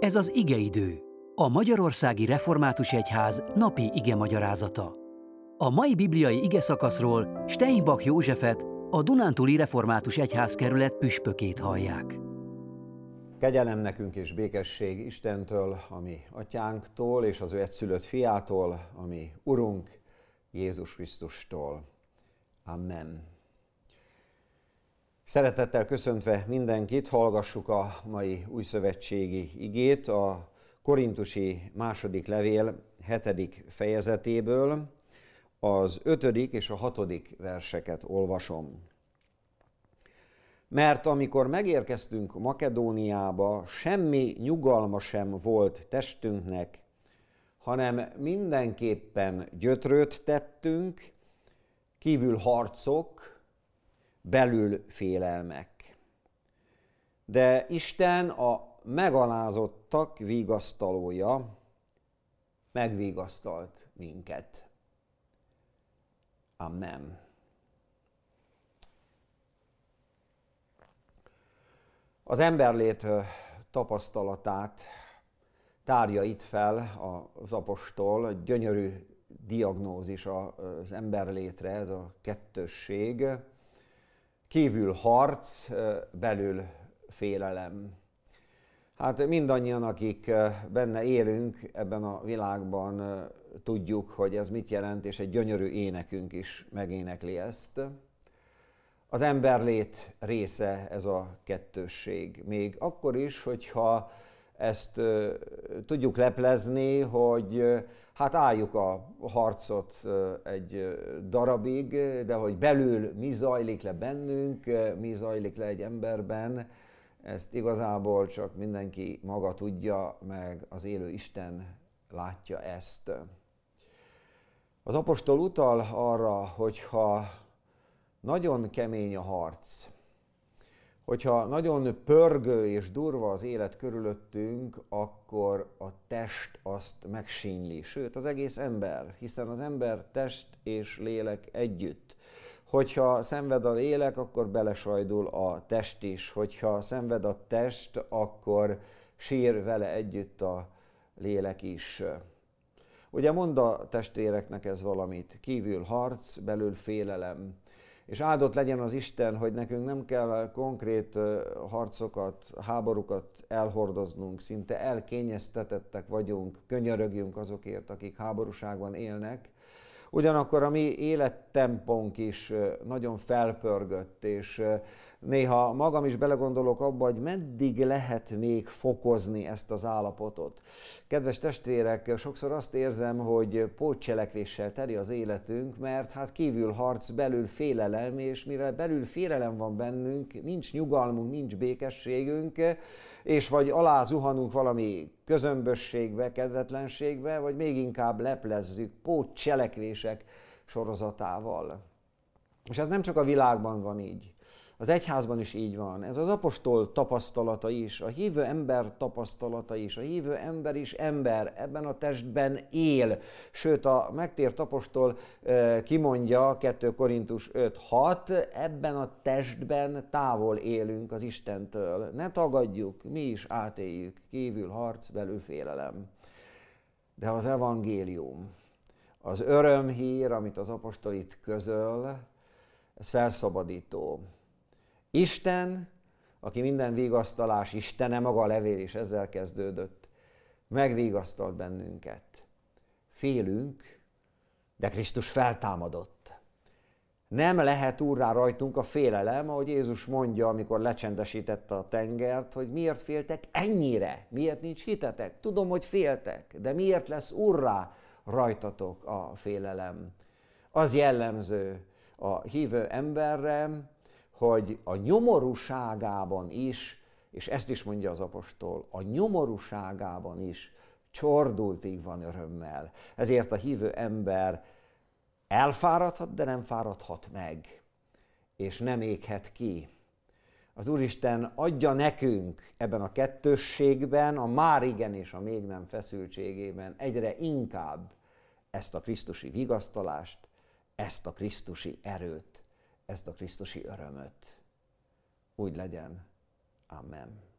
Ez az igeidő, a Magyarországi Református Egyház napi igemagyarázata. A mai bibliai igeszakaszról Steinbach Józsefet, a Dunántúli Református Egyházkerület püspökét hallják. Kegyelem nekünk és békesség Istentől, ami atyánktól, és az ő egyszülött fiától, ami Urunk, Jézus Krisztustól. Amen. Szeretettel köszöntve mindenkit, hallgassuk a mai újszövetségi igét, a Korintusi második levél 7. fejezetéből, az 5. és a 6. verseket olvasom. Mert amikor megérkeztünk Makedóniába, semmi nyugalma sem volt testünknek, hanem mindenképpen gyötrőt tettünk, kívül harcok, belül félelmek. De Isten a megalázottak vigasztalója megvigasztalt minket. Amen. Az emberlét tapasztalatát tárja itt fel az apostol, gyönyörű diagnózis az emberlétre, ez a kettősség. Kívül harc, belül félelem. Hát mindannyian, akik benne élünk ebben a világban, tudjuk, hogy ez mit jelent, és egy gyönyörű énekünk is megénekli ezt. Az emberlét része ez a kettősség. Még akkor is, hogyha ezt tudjuk leplezni, hogy hát álljuk a harcot egy darabig, de hogy belül mi zajlik le bennünk, mi zajlik le egy emberben, ezt igazából csak mindenki maga tudja, meg az élő Isten látja ezt. Az apostol utal arra, hogyha nagyon kemény a harc, hogyha nagyon pörgő és durva az élet körülöttünk, akkor a test azt megsínyli, sőt az egész ember, hiszen az ember test és lélek együtt. Hogyha szenved a lélek, akkor belesajdul a test is, hogyha szenved a test, akkor sír vele együtt a lélek is. Ugye mond a testvéreknek ez valamit, kívül harc, belül félelem. És áldott legyen az Isten, hogy nekünk nem kell konkrét harcokat, háborúkat elhordoznunk, szinte elkényeztetettek vagyunk, könyörögjünk azokért, akik háborúságban élnek. Ugyanakkor a mi élettempónk is nagyon felpörgött, és néha magam is belegondolok abba, hogy meddig lehet még fokozni ezt az állapotot. Kedves testvérek, sokszor azt érzem, hogy pótcselekvéssel teli az életünk, mert hát kívül harc, belül félelem, és mire belül félelem van bennünk, nincs nyugalmunk, nincs békességünk, és vagy alá zuhanunk valami közömbösségbe, kedvetlenségbe, vagy még inkább leplezzük pótcselekvések sorozatával. És ez nem csak a világban van így, az egyházban is így van. Ez az apostol tapasztalata is, a hívő ember tapasztalata is. A hívő ember is ember, ebben a testben él. Sőt, a megtért apostol kimondja, 2 Korintus 5:6, ebben a testben távol élünk az Istentől. Ne tagadjuk, mi is átéljük, kívül harc, belül félelem. De az evangélium, az örömhír, amit az apostol itt közöl, ez felszabadító. Isten, aki minden vigasztalás Istene, maga a levél is ezzel kezdődött, megvigasztalt bennünket. Félünk, de Krisztus feltámadott. Nem lehet úrrá rajtunk a félelem, ahogy Jézus mondja, amikor lecsendesítette a tengert, hogy miért féltek ennyire, miért nincs hitetek. Tudom, hogy féltek, de miért lesz úrrá rajtatok a félelem. Az jellemző a hívő emberre, hogy a nyomorúságában is, és ezt is mondja az apostol, a nyomorúságában is csordultig van örömmel. Ezért a hívő ember elfáradhat, de nem fáradhat meg, és nem éghet ki. Az Úristen adja nekünk ebben a kettősségben, a már igen és a még nem feszültségében egyre inkább ezt a krisztusi vigasztalást, ezt a krisztusi erőt, ezt a krisztusi örömöt. Úgy legyen. Amen.